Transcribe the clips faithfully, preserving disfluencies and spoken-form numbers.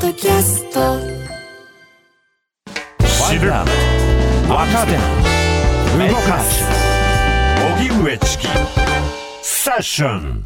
ドキャスト。 知る、若手、動かす、荻上チキセッション。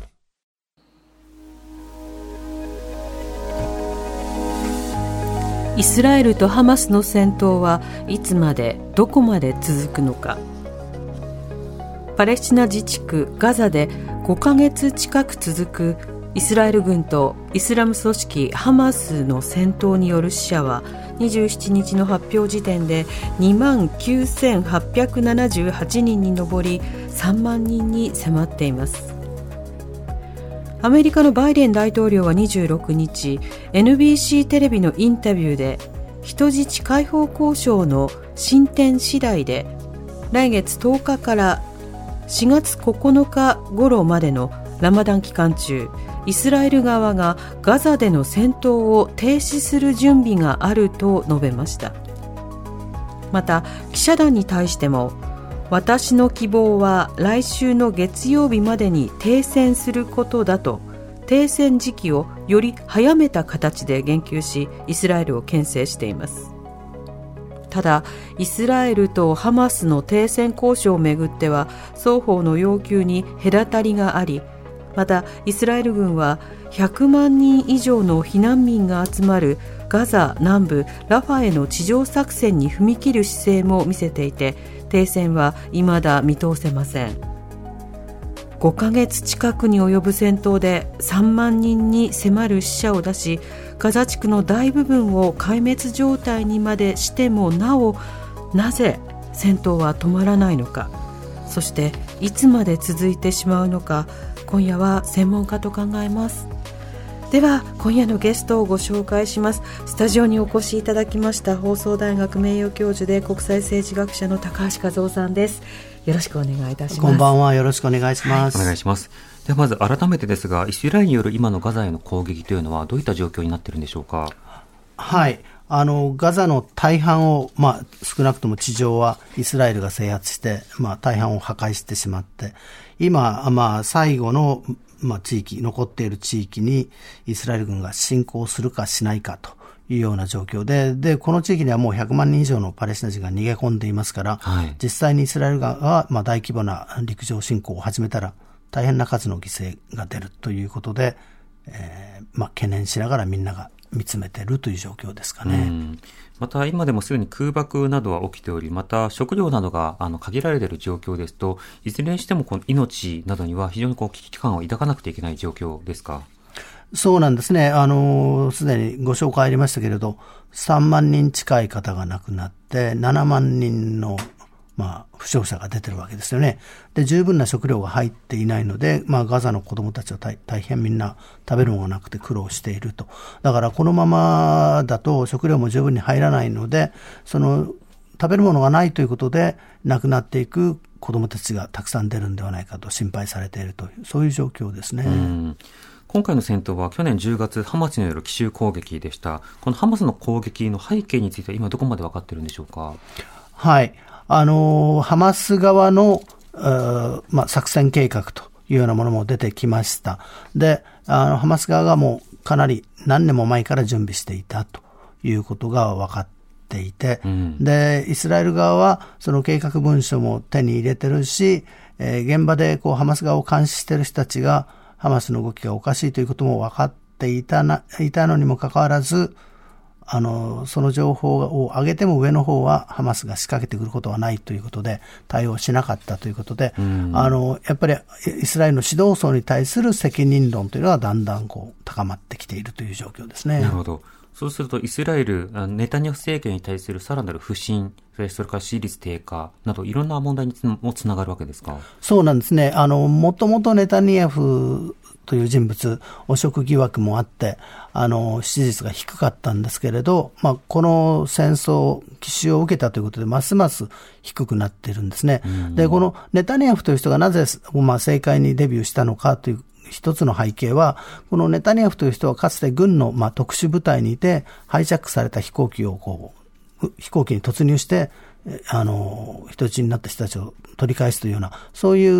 イスラエルとハマスの戦闘はいつまでどこまで続くのか。パレスチナ自治区ガザでごかげつ近く続くイスラエル軍とイスラム組織ハマスの戦闘による死者はにじゅうしちにちの発表時点でにまんきゅうせんはっぴゃくななじゅうはちにんに上りさんまんにんに迫っています。アメリカのバイデン大統領はにじゅうろくにち エヌビーシー テレビのインタビューで人質解放交渉の進展次第で来月とおかからしがつここのか頃までのラマダン期間中、イスラエル側がガザでの戦闘を停止する準備があると述べました。また記者団に対しても、私の希望は来週の月曜日までに停戦することだと停戦時期をより早めた形で言及し、イスラエルを牽制しています。ただイスラエルとハマスの停戦交渉をめぐっては双方の要求に隔たりがあり、またイスラエル軍はひゃくまんにん以上の避難民が集まるガザ南部ラファへの地上作戦に踏み切る姿勢も見せていて、停戦は未だ見通せません。ごかげつ近くに及ぶ戦闘でさんまんにんに迫る死者を出し、ガザ地区の大部分を壊滅状態にまでしてもなお、なぜ戦闘は止まらないのか、そしていつまで続いてしまうのか、今夜は専門家と考えます。では今夜のゲストをご紹介します。スタジオにお越しいただきました放送大学名誉教授で国際政治学者の高橋和夫さんです。よろしくお願いいたします。 こんばんは、よろしくお願いします。 はい、お願いします。ではまず改めてですが、イスラエルによる今のガザへの攻撃というのはどういった状況になっているんでしょうか。 はい、あのガザの大半を、まあ、少なくとも地上はイスラエルが制圧して、まあ、大半を破壊してしまって、今、まあ、最後の、まあ、地域、残っている地域にイスラエル軍が侵攻するかしないかというような状況で、で、この地域にはもうひゃくまんにん以上のパレスチナ人が逃げ込んでいますから、はい、実際にイスラエル側が、まあ、大規模な陸上侵攻を始めたら大変な数の犠牲が出るということで、えーまあ、懸念しながらみんなが見つめているという状況ですかね。うん、 また今でもすでに空爆などは起きており、また食料などがあの限られている状況ですと、いずれにしてもこの命などには非常にこう危機感を抱かなくてはいけない状況ですか。 そうなんですね。あの、すでにご紹介ありましたけれど、さんまんにん近い方が亡くなって、ななまんにんのまあ、負傷者が出てるわけですよね。で、十分な食料が入っていないので、まあ、ガザの子供たちは 大, 大変みんな食べるものがなくて苦労していると。だからこのままだと食料も十分に入らないので、その食べるものがないということで亡くなっていく子供たちがたくさん出るんではないかと心配されているという、そういう状況ですね。うん、 今回の戦闘は去年じゅうがつハマスによる奇襲攻撃でした。このハマスの攻撃の背景については今どこまで分かっているんでしょうか。 はい。あの、ハマス側の、まあ、作戦計画というようなものも出てきました。で、あの、ハマス側がもうかなり何年も前から準備していたということが分かっていて、うん、で、イスラエル側はその計画文書も手に入れてるし、えー、現場でこうハマス側を監視している人たちがハマスの動きがおかしいということも分かっていたな、いたのにもかかわらず、あの、その情報を上げても上の方はハマスが仕掛けてくることはないということで対応しなかったということで、うん、あの、やっぱりイスラエルの指導層に対する責任論というのはだんだんこう高まってきているという状況ですね。 なるほど。そうするとイスラエル、ネタニヤフ政権に対するさらなる不信、それから支持率低下などいろんな問題にもつながるわけですか。 そうなんですね。あの、もともとネタニヤフという人物、汚職疑惑もあって、あの、支持率が低かったんですけれど、まあ、この戦争、奇襲を受けたということで、ますます低くなっているんですね。で、このネタニヤフという人がなぜ、まあ、政界にデビューしたのかという一つの背景は、このネタニヤフという人はかつて軍の、まあ、特殊部隊にいて、ハイジャックされた飛行機をこう、飛行機に突入して、あの、人質になった人たちを取り返すというような、そういう、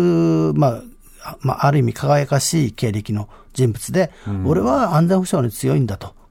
まあ、まあ、ある意味輝かしい経歴の人物で、うん、俺は安全保障に強いんだと。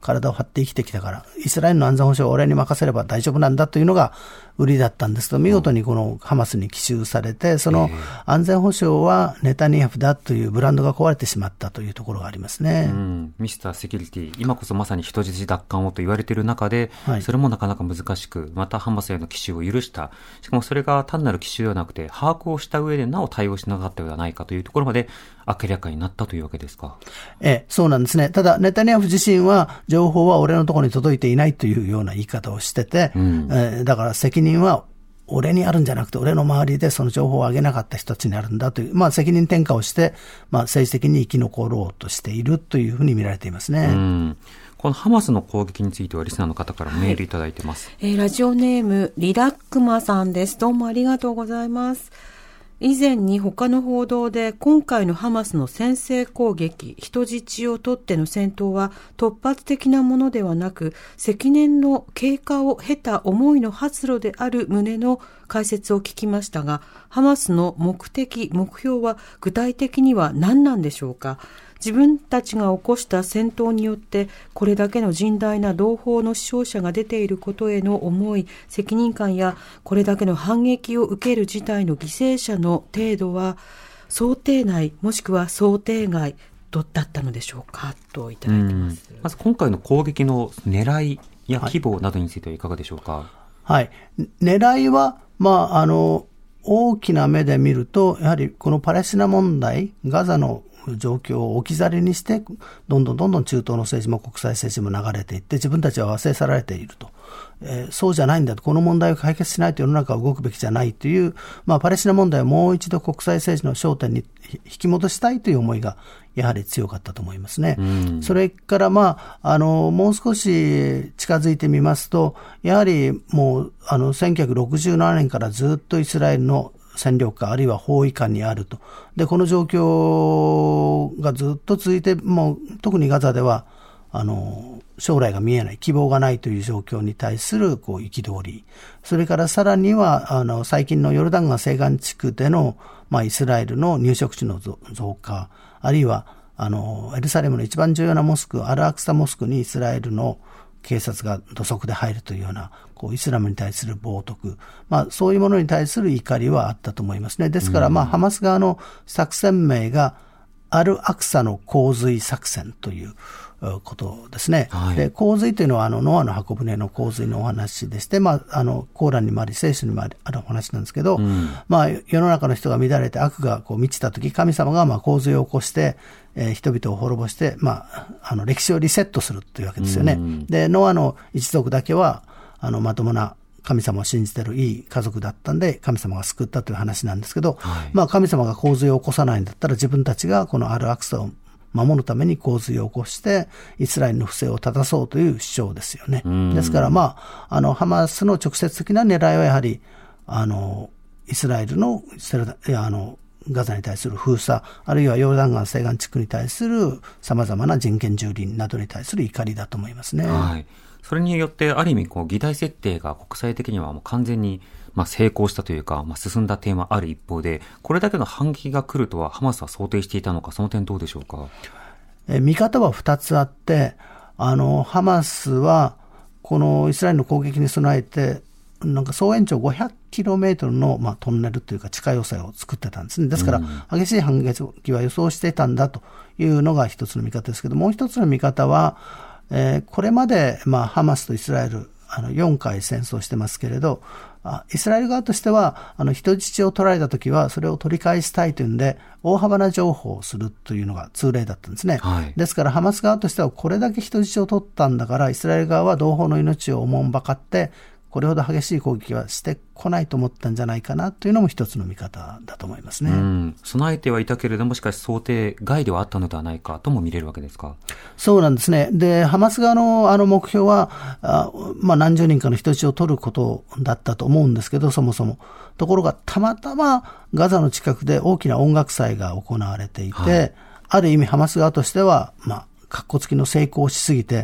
体を張って生きてきたから、イスラエルの安全保障を俺に任せれば大丈夫なんだというのが売りだったんですけど、見事にこのハマスに奇襲されて、その安全保障はネタニヤフだというブランドが壊れてしまったというところがありますね。 うん、ミスターセキュリティ、今こそまさに人質奪還をと言われている中で、 はい、 それもなかなか難しく、またハマスへの奇襲を許した。しかもそれが単なる奇襲ではなくて、把握をした上でなお対応しなかったのではないかというところまで明らかになったというわけですか。 ええ、そうなんですね。ただ、ネタニヤフ自身は、情報は俺のところに届いていないというような言い方をしてて、うん、えー、だから責任は俺にあるんじゃなくて、俺の周りでその情報を上げなかった人たちにあるんだという、まあ責任転嫁をして、まあ政治的に生き残ろうとしているというふうに見られていますね。うん、 このハマスの攻撃についてはリスナーの方からメールいただいてます。 はい、えー、ラジオネームリラックマさんです。どうもありがとうございます。以前に他の報道で今回のハマスの先制攻撃、人質を取っての戦闘は突発的なものではなく、積年の経過を経た思いの発露である旨の解説を聞きましたが、ハマスの目的、目標は具体的には何なんでしょうか。自分たちが起こした戦闘によってこれだけの甚大な同胞の死傷者が出ていることへの思い、責任感やこれだけの反撃を受ける事態の犠牲者の程度は想定内もしくは想定外だったのでしょうかといただいてます。 まず今回の攻撃の狙いや規模などについてはいかがでしょうか。 はい、はい、狙いは、まあ、あの大きな目で見るとやはりこのパレスチナ問題、ガザの状況を置き去りにして、どんどんどんどん中東の政治も国際政治も流れていって、自分たちは忘れ去られていると、えー、そうじゃないんだと、この問題を解決しないと世の中は動くべきじゃないという、まあ、パレスチナ問題をもう一度国際政治の焦点に引き戻したいという思いがやはり強かったと思いますね。うん、それから、まあ、あのもう少し近づいてみますと、やはりもうあのせんきゅうひゃくろくじゅうななねんからずっとイスラエルの占領下あるいは包囲下にあると。で、この状況がずっと続いて、もう特にガザではあの将来が見えない、希望がないという状況に対するこう憤り、それからさらにはあの最近のヨルダン川西岸地区での、まあ、イスラエルの入植地の増加、あるいはあのエルサレムの一番重要なモスク、アルアクサモスクにイスラエルの警察が土足で入るというような、こうイスラムに対する冒涜、まあそういうものに対する怒りはあったと思いますね。ですから、まあハマス側の作戦名がアルアクサの洪水作戦ということですね。はい、で、洪水というのはあのノアの箱舟の洪水のお話でして、まああのコーランにもあり聖書にもあるお話なんですけど、うん、まあ世の中の人が乱れて悪がこう満ちたとき、神様がまあ洪水を起こして、えー、人々を滅ぼして、まああの歴史をリセットするというわけですよね。うん、で、ノアの一族だけはあのまともな神様を信じているいい家族だったんで神様が救ったという話なんですけど、はい、まあ神様が洪水を起こさないんだったら自分たちがこのアルアクサを守るために洪水を起こしてイスラエルの不正を正そうという主張ですよね。ですからまああのハマスの直接的な狙いはやはりあのイスラエルのあのガザに対する封鎖、あるいはヨルダン川西岸地区に対する様々な人権蹂躙などに対する怒りだと思いますね。 はい、それによってある意味こう議題設定が国際的にはもう完全にまあ成功したというか、まあ、進んだ点はある一方で、これだけの反撃が来るとはハマスは想定していたのか、その点どうでしょうか。 え見方は二つあって、あのハマスはこのイスラエルの攻撃に備えてなんか総延長ごひゃくキロメートルの、まあ、トンネルというか地下要塞を作ってたんですね。ですから、激しい反撃は予想していたんだというのが一つの見方ですけど、もう一つの見方は、えー、これまで、まあ、ハマスとイスラエルあのよんかい戦争してますけれど、あイスラエル側としてはあの人質を取られたときはそれを取り返したいというんで大幅な譲歩をするというのが通例だったんですね。はい、ですからハマス側としてはこれだけ人質を取ったんだからイスラエル側は同胞の命をおもんばかってこれほど激しい攻撃はしてこないと思ったんじゃないかなというのも一つの見方だと思いますね。うん、 備えてはいたけれどもしかし想定外ではあったのではないかとも見れるわけですか。 そうなんですね。でハマス側のあの目標はあ、まあ、何十人かの人質を取ることだったと思うんですけど、そもそもところがたまたまガザの近くで大きな音楽祭が行われていて、はい、ある意味ハマス側としてはまあかっこつきの成功しすぎて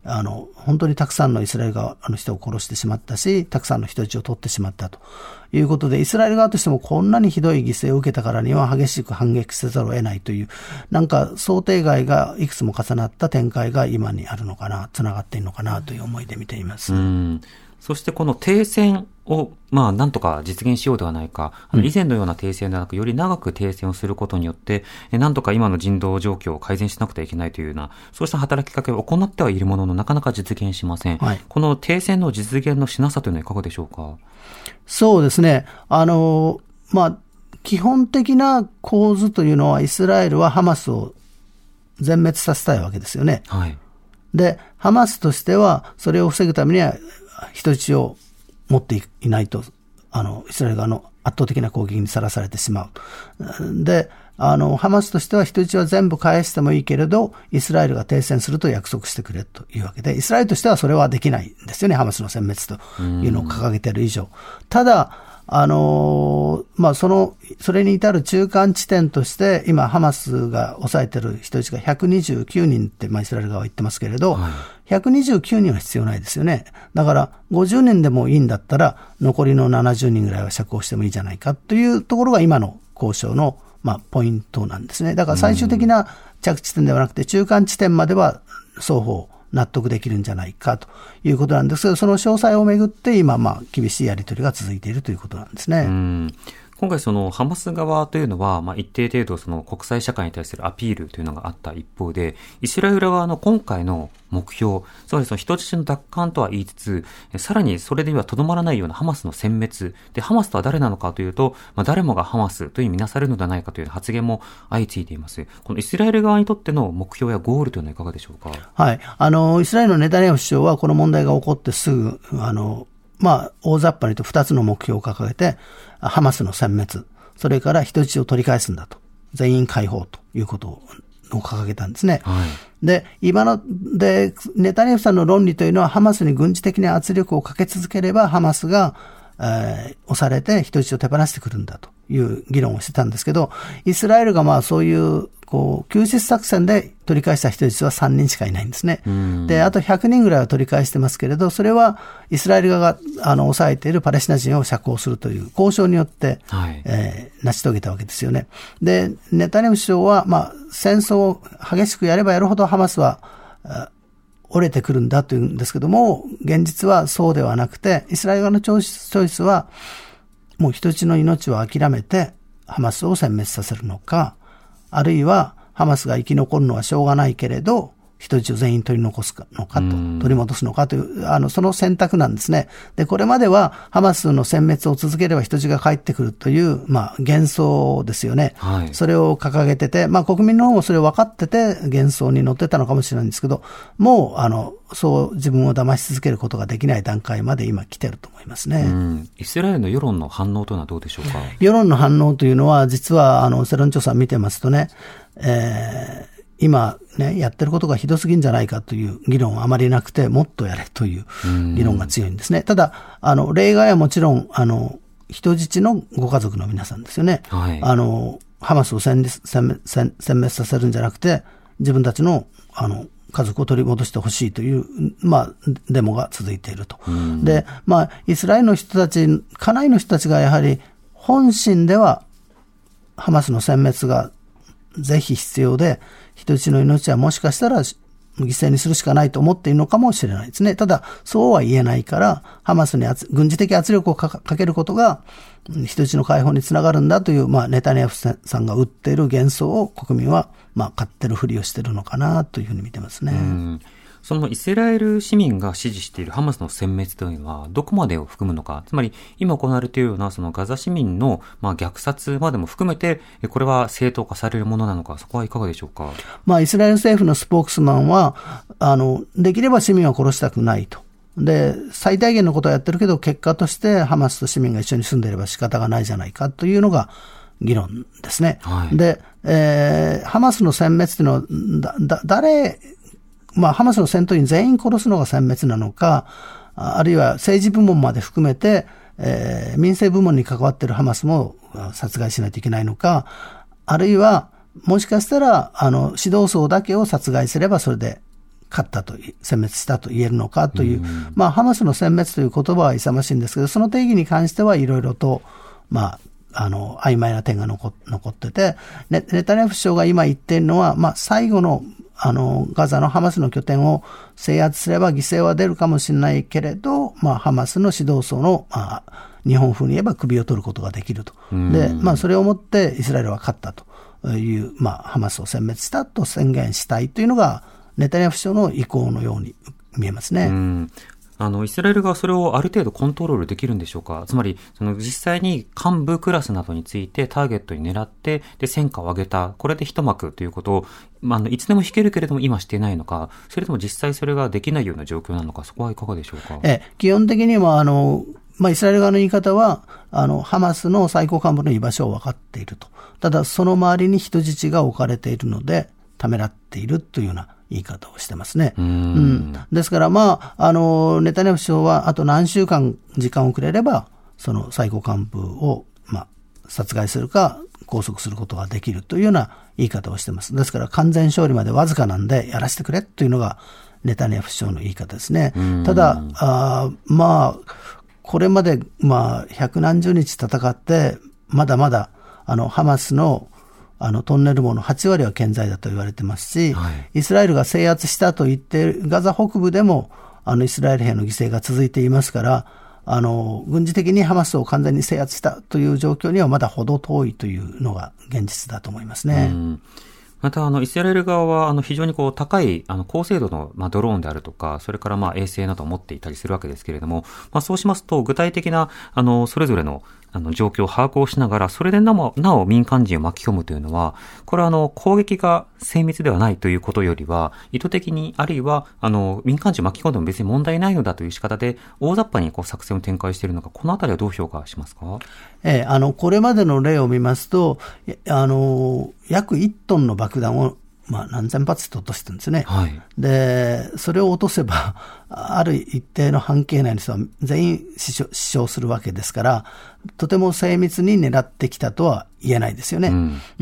あの、本当にたくさんのイスラエル側の人を殺してしまったし、たくさんの人質を取ってしまったということで、イスラエル側としてもこんなにひどい犠牲を受けたからには激しく反撃せざるを得ないという、なんか想定外がいくつも重なった展開が今にあるのかな、つながっているのかなという思いで見ています。 うん、そしてこの停戦を、まあ、なんとか実現しようではないか、あの以前のような停戦ではなく、より長く停戦をすることによって、えなんとか今の人道状況を改善しなくてはいけないというような、そうした働きかけを行ってはいるものの、なかなか実現しません。はい、この停戦の実現のしなさというのはいかがでしょうか。 そうですね。あの、まあ、基本的な構図というのは、イスラエルはハマスを全滅させたいわけですよね。はい。で、ハマスとしては、それを防ぐためには、人質を持っていないと、あの、イスラエル側の圧倒的な攻撃にさらされてしまう。で、あの、ハマスとしては人質は全部返してもいいけれど、イスラエルが停戦すると約束してくれというわけで、イスラエルとしてはそれはできないんですよね、ハマスの殲滅というのを掲げている以上。ただ、あの、まあ、その、それに至る中間地点として、今、ハマスが抑えている人質がひゃくにじゅうきゅうにんって、まあ、イスラエル側は言ってますけれど、はい、ひゃくにじゅうきゅうにんは必要ないですよね。だから、ごじゅうにんでもいいんだったら、残りのななじゅうにんぐらいは釈放してもいいじゃないかというところが今の交渉の、まあ、ポイントなんですね。だから最終的な着地点ではなくて、中間地点までは双方、納得できるんじゃないかということなんですけど、その詳細をめぐって今、まあ、厳しいやり取りが続いているということなんですね。 うん、今回そのハマス側というのは、まあ、一定程度その国際社会に対するアピールというのがあった一方で、イスラエル側の今回の目標、つまりその人質の奪還とは言いつつ、さらにそれではとどまらないようなハマスの殲滅で、ハマスとは誰なのかというと、まあ、誰もがハマスというふうに見なされるのではないかという発言も相次いでいます。このイスラエル側にとっての目標やゴールというのはいかがでしょうか。 はい、あのイスラエルのネタニヤフ首相はこの問題が起こってすぐ、あのまあ、大雑把にとふたつの目標を掲げて、ハマスの殲滅、それから人質を取り返すんだと、全員解放ということを掲げたんですね。はい、で、今のでネタニヤフさんの論理というのは、ハマスに軍事的な圧力をかけ続ければハマスが、えー、押されて人質を手放してくるんだという議論をしてたんですけど、イスラエルがまあそういうこう救出作戦で取り返した人質はさんにんしかいないんですね。で、あとひゃくにんぐらいは取り返してますけれど、それはイスラエル側があの抑えているパレスチナ人を釈放するという交渉によって、はいえー、成し遂げたわけですよね。で、ネタニヤフ首相はまあ戦争を激しくやればやるほどハマスは折れてくるんだというんですけども、現実はそうではなくて、イスラエル側のチョイスはもう人質の命を諦めてハマスを殲滅させるのか、あるいはハマスが生き残るのはしょうがないけれど人質を全員取り残すのかと、取り戻すのかという、あの、その選択なんですね。で、これまではハマスの殲滅を続ければ人質が帰ってくるという、まあ、幻想ですよね。はい、それを掲げてて、まあ、国民の方もそれを分かってて幻想に乗ってたのかもしれないんですけど、もう、あの、そう自分を騙し続けることができない段階まで今来てると思いますね。 うん、イスラエルの世論の反応というのはどうでしょうか。 世論の反応というのは、実は、あの、世論調査を見てますとね、えー今ね、やってることがひどすぎんじゃないかという議論はあまりなくて、もっとやれという議論が強いんですね。ただ、あの、例外はもちろん、あの、人質のご家族の皆さんですよね。はい、あの、ハマスを殲滅させるんじゃなくて、自分たちの、あの、家族を取り戻してほしいという、まあ、デモが続いていると。で、まあ、イスラエルの人たち、かなりの人たちがやはり、本心では、ハマスの殲滅がぜひ必要で、人質の命はもしかしたら犠牲にするしかないと思っているのかもしれないですね。ただ、そうは言えないから、ハマスに軍事的圧力を か, かけることが人質の解放につながるんだという、まあ、ネタニヤフさんが売っている幻想を国民は、まあ、買ってるふりをしているのかなというふうに見てますね。うん、 そのイスラエル市民が支持しているハマスの殲滅というのはどこまでを含むのか、つまり今行われているようなそのガザ市民のまあ虐殺までも含めて、これは正当化されるものなのか、そこはいかがでしょうか。 まあ、イスラエル政府のスポークスマンは、あの、できれば市民は殺したくないと。で、最大限のことはやってるけど、結果としてハマスと市民が一緒に住んでいれば仕方がないじゃないかというのが議論ですね。はい、で、えー、ハマスの殲滅というのは、だ、だ、誰、まあ、ハマスの戦闘員全員殺すのが殲滅なのか、あるいは政治部門まで含めて、えー、民生部門に関わっているハマスも殺害しないといけないのか、あるいは、もしかしたら、あの、指導層だけを殺害すればそれで勝ったと、殲滅したと言えるのかという、まあ、ハマスの殲滅という言葉は勇ましいんですけど、その定義に関してはいろいろと、まあ、あの、曖昧な点が残残ってて、ネタニヤフ首相が今言っているのは、まあ、最後の、あの、ガザのハマスの拠点を制圧すれば犠牲は出るかもしれないけれど、まあ、ハマスの指導層の、まあ、日本風に言えば首を取ることができると。で、まあ、それをもってイスラエルは勝ったという、まあ、ハマスを殲滅したと宣言したいというのが、ネタニヤフ首相の意向のように見えますね。 うんあの、イスラエルがそれをある程度コントロールできるんでしょうか。つまり、その実際に幹部クラスなどについてターゲットに狙って、で、戦果を上げた。これで一幕ということを、まあ、いつでも引けるけれども今していないのか、それとも実際それができないような状況なのか、そこはいかがでしょうか。 ええ、基本的には、あの、まあ、イスラエル側の言い方は、あの、ハマスの最高幹部の居場所を分かっていると。ただ、その周りに人質が置かれているので、ためらっているというような言い方をしてますね。うんうん、ですから、まあ、あの、ネタニヤフ首相は、あと何週間時間をくれれば、その最高幹部を、まあ、殺害するか、拘束することができるというような言い方をしてます。ですから、完全勝利までわずかなんで、やらせてくれというのが、ネタニヤフ首相の言い方ですね。ただ、あまあ、これまで、まあ、百何十日戦って、まだまだ、あの、ハマスの、あの、トンネル網のはち割は健在だと言われてますし、はい、イスラエルが制圧したと言っているガザ北部でも、あの、イスラエル兵の犠牲が続いていますから、あの、軍事的にハマスを完全に制圧したという状況にはまだ程遠いというのが現実だと思いますね。 うんまた、あの、イスラエル側は、あの、非常にこう、高い、あの、高精度の、まあ、ドローンであるとか、それから、まあ、衛星などを持っていたりするわけですけれども、まあ、そうしますと、具体的な、あの、それぞれの、あの、状況を把握をしながら、それでなお、なお民間人を巻き込むというのは、これは、あの、攻撃が精密ではないということよりは、意図的に、あるいは、あの、民間人を巻き込んでも別に問題ないのだという仕方で、大雑把にこう、作戦を展開しているのか、このあたりはどう評価しますか？ ええ、あの、これまでの例を見ますと、あの、約いちトンの爆弾を、まあ、何千発と落としてるんですよね。はい、で、それを落とせば、ある一定の半径内の人は全員死傷、死傷するわけですから、とても精密に狙ってきたとは言えないですよね。うんうん、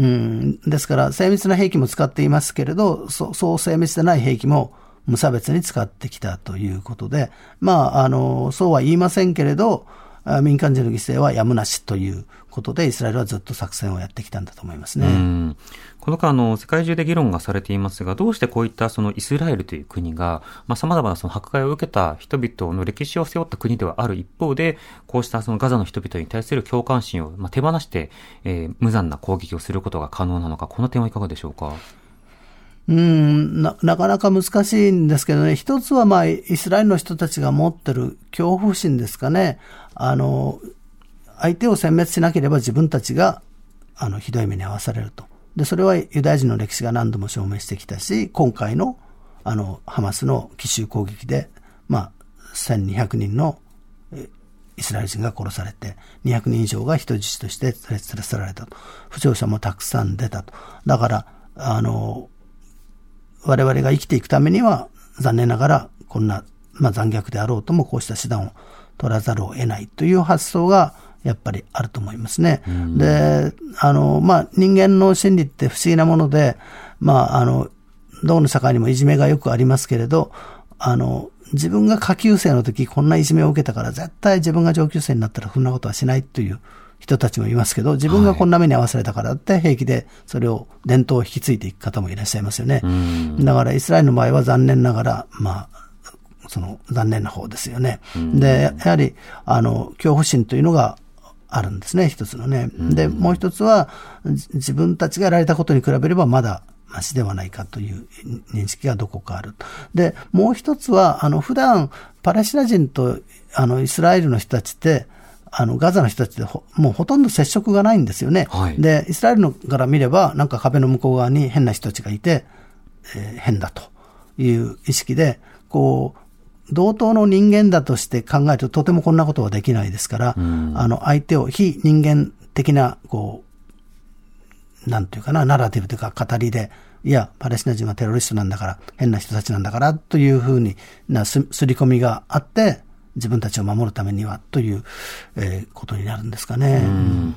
ですから、精密な兵器も使っていますけれど、そそう精密でない兵器も無差別に使ってきたということで、まあ、あの、そうは言いませんけれど、民間人の犠牲はやむなしということで、イスラエルはずっと作戦をやってきたんだと思いますね。 うんこの間、あの、世界中で議論がされていますが、どうしてこういったそのイスラエルという国が、まあ、様々なその迫害を受けた人々の歴史を背負った国ではある一方で、こうしたそのガザの人々に対する共感心を、まあ、手放して、えー、無残な攻撃をすることが可能なのか、この点はいかがでしょうか？ うんな、なかなか難しいんですけどね、一つはまあ、イスラエルの人たちが持ってる恐怖心ですかね。あの、相手を殲滅しなければ自分たちが、あの、ひどい目に遭わされると。で、それはユダヤ人の歴史が何度も証明してきたし、今回の、あの、ハマスの奇襲攻撃で、まあ、せんにひゃくにんのイスラエル人が殺されて、にひゃくにん以上が人質として連れ去られたと。負傷者もたくさん出たと。だから、あの、我々が生きていくためには、残念ながら、こんな、まあ、残虐であろうとも、こうした手段を取らざるを得ないという発想が、やっぱりあると思いますね。で、あの、まあ、人間の心理って不思議なもので、まあ、あの、どの社会にもいじめがよくありますけれど、あの、自分が下級生の時こんないじめを受けたから絶対自分が上級生になったらそんなことはしないという人たちもいますけど、自分がこんな目に遭わされたからって平気でそれを伝統を引き継いでいく方もいらっしゃいますよね。だからイスラエルの場合は残念ながら、まあ、その残念な方ですよね。で、やはり、あの、恐怖心というのがあるんですね、一つのね。で、もう一つは、自分たちがやられたことに比べればまだマシではないかという認識がどこかある。で、もう一つは、あの、普段、パレスチナ人と、あの、イスラエルの人たちって、あの、ガザの人たちでほ、もうほとんど接触がないんですよね。はい、で、イスラエルのから見れば、なんか壁の向こう側に変な人たちがいて、えー、変だという意識で、こう、同等の人間だとして考えるととてもこんなことはできないですから、うん、あの、相手を非人間的な、こう、なんていうかな、ナラティブというか語りで、いや、パレスチナ人はテロリストなんだから、変な人たちなんだから、というふうになす、すり込みがあって、自分たちを守るためには、という、えー、ことになるんですかね。うん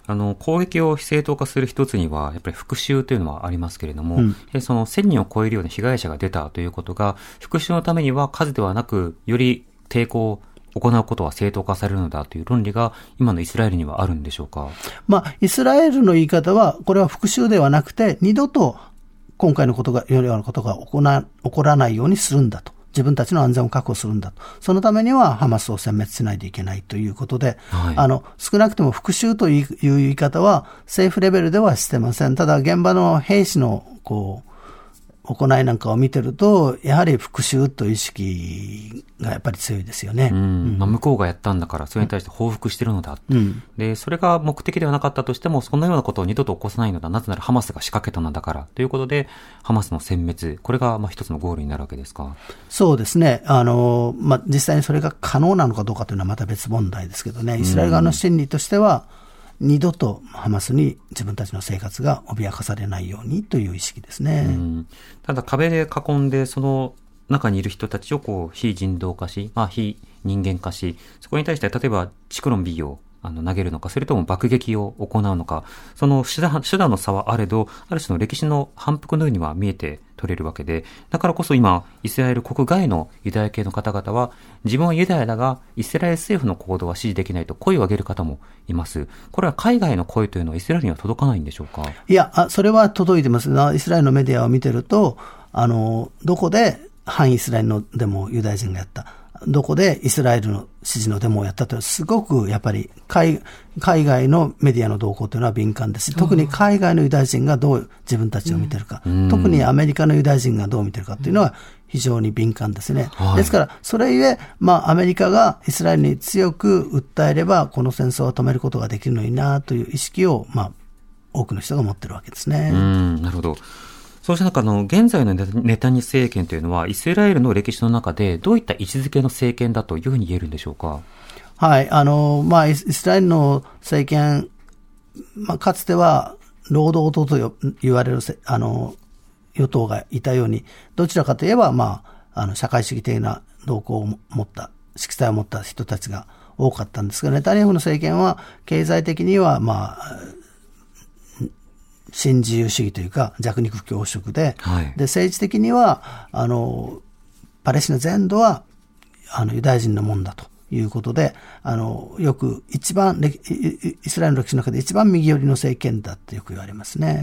あの、攻撃を非正当化する一つには、やっぱり復讐というのはありますけれども、 うん、 でそのせんにんを超えるような被害者が出たということが、復讐のためには数ではなく、より抵抗を行うことは正当化されるのだという論理が、今のイスラエルにはあるんでしょうか。 まあ、イスラエルの言い方は、これは復讐ではなくて、二度と今回のことが、ようなことが起こな、起こらないようにするんだと。自分たちの安全を確保するんだと。そのためにはハマスを殲滅しないといけないということで、はい、あの、少なくとも復讐という言い方は政府レベルではしてません。ただ現場の兵士のこう、行いなんかを見てると、やはり復讐という意識がやっぱり強いですよね。 うんうんまあ、向こうがやったんだから、それに対して報復してるのだ、うん。で、それが目的ではなかったとしても、そのようなことを二度と起こさないのだ。なぜならハマスが仕掛けたのだから。ということで、ハマスの殲滅、これがまあ一つのゴールになるわけですか。 そうですね。あの、まあ、実際にそれが可能なのかどうかというのはまた別問題ですけどね。イスラエル側の心理としては、二度とハマスに自分たちの生活が脅かされないようにという意識ですね。うん、 ただ壁で囲んでその中にいる人たちをこう非人道化し、まあ、非人間化し、そこに対して例えばシクロン B をあの投げるのか、それとも爆撃を行うのか、その手段、手段の差はあれど、ある種の歴史の反復のようには見えて取れるわけで、だからこそ今、イスラエル国外のユダヤ系の方々は、自分はユダヤだが、イスラエル政府の行動は支持できないと声を上げる方もいます。これは海外の声というのはイスラエルには届かないんでしょうか？ いや、あそれは届いてます。イスラエルのメディアを見てると、あの、どこで反イスラエルのデモをユダヤ人がやった。どこでイスラエルの支持のデモをやったというのはすごくやっぱり 海, 海外のメディアの動向というのは敏感ですし、特に海外のユダヤ人がどう自分たちを見てるか、うん、特にアメリカのユダヤ人がどう見てるかというのは非常に敏感ですね。はい、ですからそれゆえ、まあアメリカがイスラエルに強く訴えればこの戦争を止めることができるのになという意識をまあ多くの人が持ってるわけですね。 うん、なるほど。そうした中の現在のネタニヤフ政権というのはイスラエルの歴史の中でどういった位置づけの政権だというふうに言えるんでしょうか？ はい、あの、まあ、イスラエルの政権、まあ、かつては労働党と言われるあの与党がいたように、どちらかといえば、まあ、あの社会主義的な動向を持った、色彩を持った人たちが多かったんですが、ネタニヤフの政権は経済的には、まあ、新自由主義というか弱肉強食 で,、はい、で政治的にはあのパレスチナ全土はあのユダヤ人のもんだということで、あのよく一番イスラエルの歴史の中で一番右寄りの政権だってよく言われますね。 うん、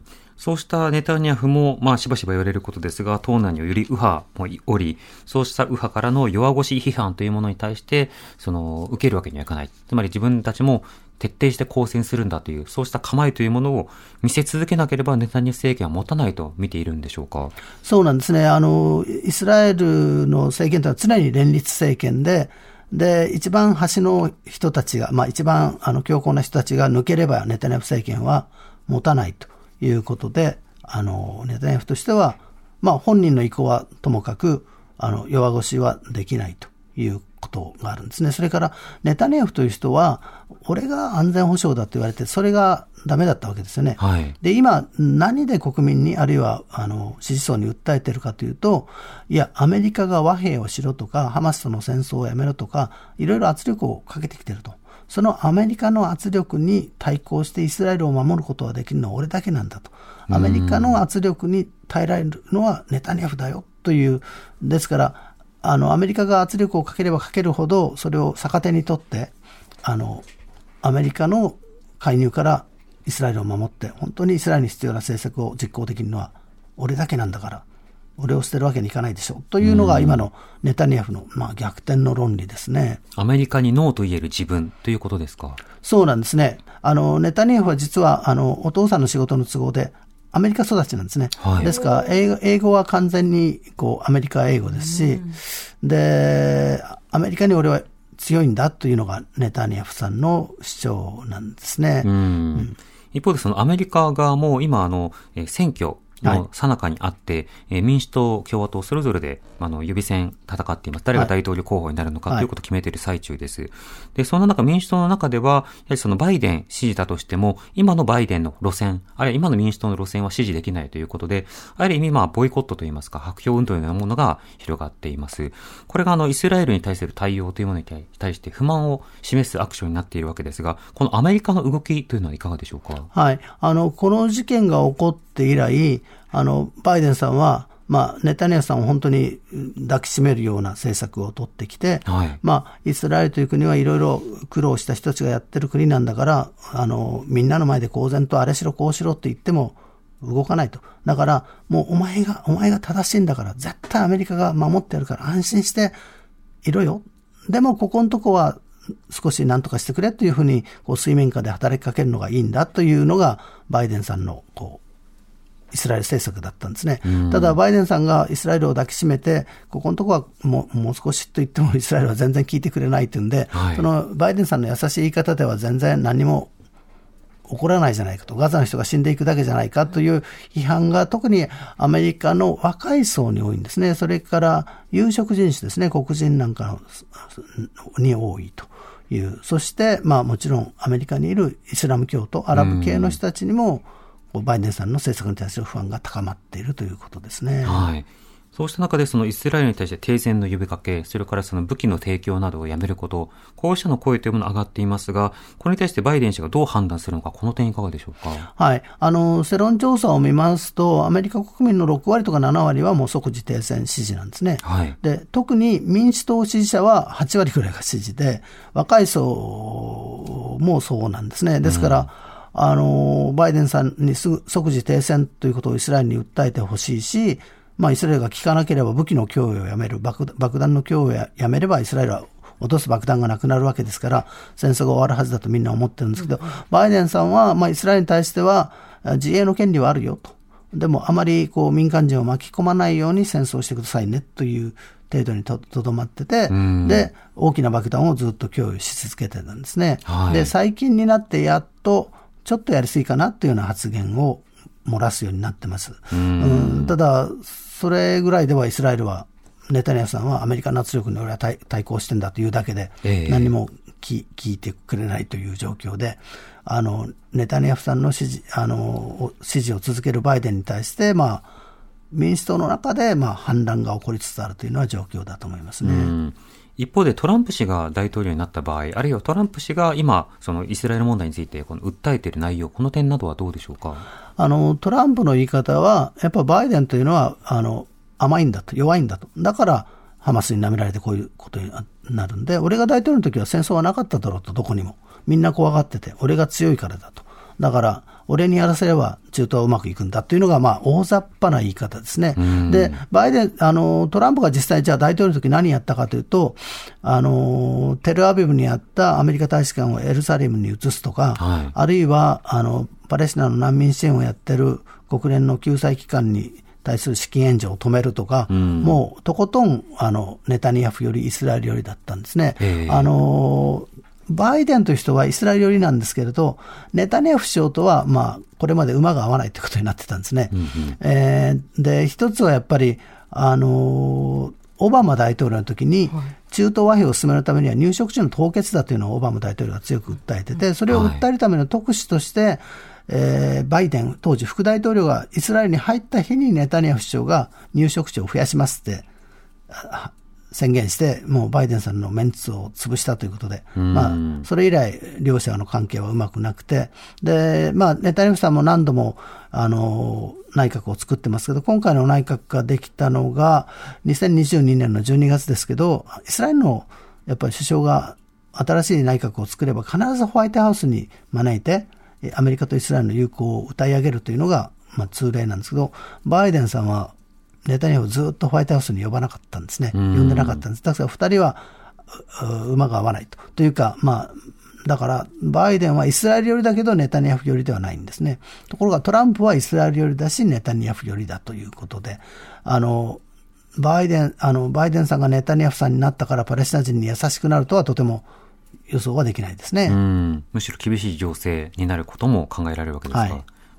そうしたネタニヤフも、まあ、しばしば言われることですが、党内にはより右派もおり、そうした右派からの弱腰批判というものに対してその受けるわけにはいかない。つまり自分たちも徹底して抗戦するんだという、そうした構えというものを見せ続けなければネタニヤフ政権は持たないと見ているんでしょうか？ そうなんですね。あのイスラエルの政権というのは常に連立政権で、で一番端の人たちが、まあ、一番あの強硬な人たちが抜ければネタニヤフ政権は持たないということで、あのネタニヤフとしては、まあ、本人の意向はともかくあの弱腰はできないということがあるんですね。それからネタニヤフという人は俺が安全保障だと言われて、それがダメだったわけですよね。はい、で今何で国民にあるいはあの支持層に訴えているかというと、いやアメリカが和平をしろとかハマスとの戦争をやめろとかいろいろ圧力をかけてきていると。そのアメリカの圧力に対抗してイスラエルを守ることができるのは俺だけなんだと。アメリカの圧力に耐えられるのはネタニヤフだよという。ですからあのアメリカが圧力をかければかけるほどそれを逆手にとってあのアメリカの介入からイスラエルを守って本当にイスラエルに必要な政策を実行できるのは俺だけなんだから俺を捨てるわけにいかないでしょというのが今のネタニヤフの、まあ、逆転の論理ですね。 アメリカにノーと言える自分ということですか？ そうなんですね。あのネタニヤフは実はあのお父さんの仕事の都合でアメリカ育ちなんですね。はい、ですから英語、英語は完全にこうアメリカ英語ですし、でアメリカに俺は強いんだというのがネタニヤフさんの主張なんですね。 うんうん、一方でそのアメリカ側も今あの選挙の最中にあって、はい、えー、民主党、共和党それぞれであの予備選戦っています。誰が大統領候補になるのか、はい、ということを決めている最中です。で、その中、民主党の中では、やはりそのバイデン支持だとしても、今のバイデンの路線、あるいは今の民主党の路線は支持できないということで、ある意味、まあ、ボイコットといいますか、白票運動のようなものが広がっています。これがあの、イスラエルに対する対応というものに対して不満を示すアクションになっているわけですが、このアメリカの動きというのはいかがでしょうか。 はい。あの、この事件が起こって以来、あの、バイデンさんは、まあ、ネタニヤフさんを本当に抱きしめるような政策を取ってきて、はい、まあ、イスラエルという国はいろいろ苦労した人たちがやってる国なんだから、あの、みんなの前で公然とあれしろこうしろって言っても動かないと。だから、もうお前が、お前が正しいんだから、絶対アメリカが守ってやるから安心していろよ。でも、ここのとこは少し何とかしてくれというふうに、こう、水面下で働きかけるのがいいんだというのが、バイデンさんの、こう、イスラエル政策だったんですね。ただバイデンさんがイスラエルを抱きしめて、ここのところはもう、もう少しと言ってもイスラエルは全然聞いてくれないというんで、はい、そのバイデンさんの優しい言い方では全然何も起こらないじゃないかと、ガザの人が死んでいくだけじゃないかという批判が特にアメリカの若い層に多いんですね。それから有色人種ですね、黒人なんかのに多いという。そしてまあもちろんアメリカにいるイスラム教徒、アラブ系の人たちにも、バイデンさんの政策に対する不安が高まっているということですね。 はい。そうした中でそのイスラエルに対して停戦の呼びかけ、それからその武器の提供などをやめること、こうしたの声というものが上がっていますが、これに対してバイデン氏がどう判断するのか、この点いかがでしょうか。 はい。あの、世論調査を見ますと、アメリカ国民のろくわりとかななわりはもう即時停戦支持なんですね。はい。で、特に民主党支持者ははちわりくらいが支持で、若い層もそうなんですね。ですから、うん、あの、バイデンさんにすぐ即時停戦ということをイスラエルに訴えてほしいし、まあイスラエルが効かなければ武器の供与をやめる、爆、爆弾の供与をやめればイスラエルは落とす爆弾がなくなるわけですから、戦争が終わるはずだとみんな思ってるんですけど、うん、バイデンさんは、まあイスラエルに対しては自衛の権利はあるよと。でもあまりこう民間人を巻き込まないように戦争してくださいねという程度にとどまってて、うん、で、大きな爆弾をずっと供与し続けてたんですね。はい、で、最近になってやっと、ちょっとやりすぎかなというような発言を漏らすようになってます。うんうん、ただ、それぐらいではイスラエルは、ネタニヤフさんはアメリカの圧力に俺は 対, 対抗してんだというだけで、何も聞いてくれないという状況で、あの、ネタニヤフさんの支持、あの、支持を続けるバイデンに対して、まあ、民主党の中で、まあ、反乱が起こりつつあるというのは状況だと思いますね。うん、 一方でトランプ氏が大統領になった場合、あるいはトランプ氏が今、そのイスラエル問題についてこの訴えている内容、この点などはどうでしょうか。 あの、トランプの言い方は、やっぱバイデンというのは、あの、甘いんだと、弱いんだと。だから、ハマスに舐められてこういうことになるんで、俺が大統領の時は戦争はなかっただろうと、どこにも。みんな怖がってて、俺が強いからだと。だから、俺にやらせれば中東はうまくいくんだというのが、まあ、大雑把な言い方ですね。で、バイデン、あの、トランプが実際じゃあ大統領の時何やったかというと、あの、テルアビブにあったアメリカ大使館をエルサレムに移すとか、はい、あるいは、あの、パレスチナの難民支援をやってる国連の救済機関に対する資金援助を止めるとか、うん、もうとことん、あの、ネタニヤフよりイスラエルよりだったんですね。あの、バイデンという人はイスラエル寄りなんですけれど、ネタニヤフ首相とは、まあ、これまで馬が合わないということになってたんですね。うんうん、えー、で、一つはやっぱり、あの、オバマ大統領の時に、中東和平を進めるためには入植地の凍結だというのをオバマ大統領が強く訴えてて、それを訴えるための特使として、はい、えー、バイデン、当時副大統領がイスラエルに入った日にネタニヤフ首相が入植地を増やしますって、宣言して、もうバイデンさんのメンツを潰したということで、まあ、それ以来、両者の関係はうまくなくて、で、まあ、ネタニヤフさんも何度も、あの、内閣を作ってますけど、今回の内閣ができたのが、にせんにじゅうにねんのじゅうにがつですけど、イスラエルの、やっぱり首相が新しい内閣を作れば、必ずホワイトハウスに招いて、アメリカとイスラエルの友好を歌い上げるというのが、まあ、通例なんですけど、バイデンさんは、ネタニヤフをずっとホワイトハウスに呼ばなかったんですね。呼んでなかったんです。だから二人は馬が合わないと。というか、まあ、だから、バイデンはイスラエル寄りだけどネタニヤフ寄りではないんですね。ところがトランプはイスラエル寄りだし、ネタニヤフ寄りだということで、あの、バイデン、あの、バイデンさんがネタニヤフさんになったからパレスチナ人に優しくなるとはとても予想はできないですね。 うん、むしろ厳しい情勢になることも考えられるわけですが。はい、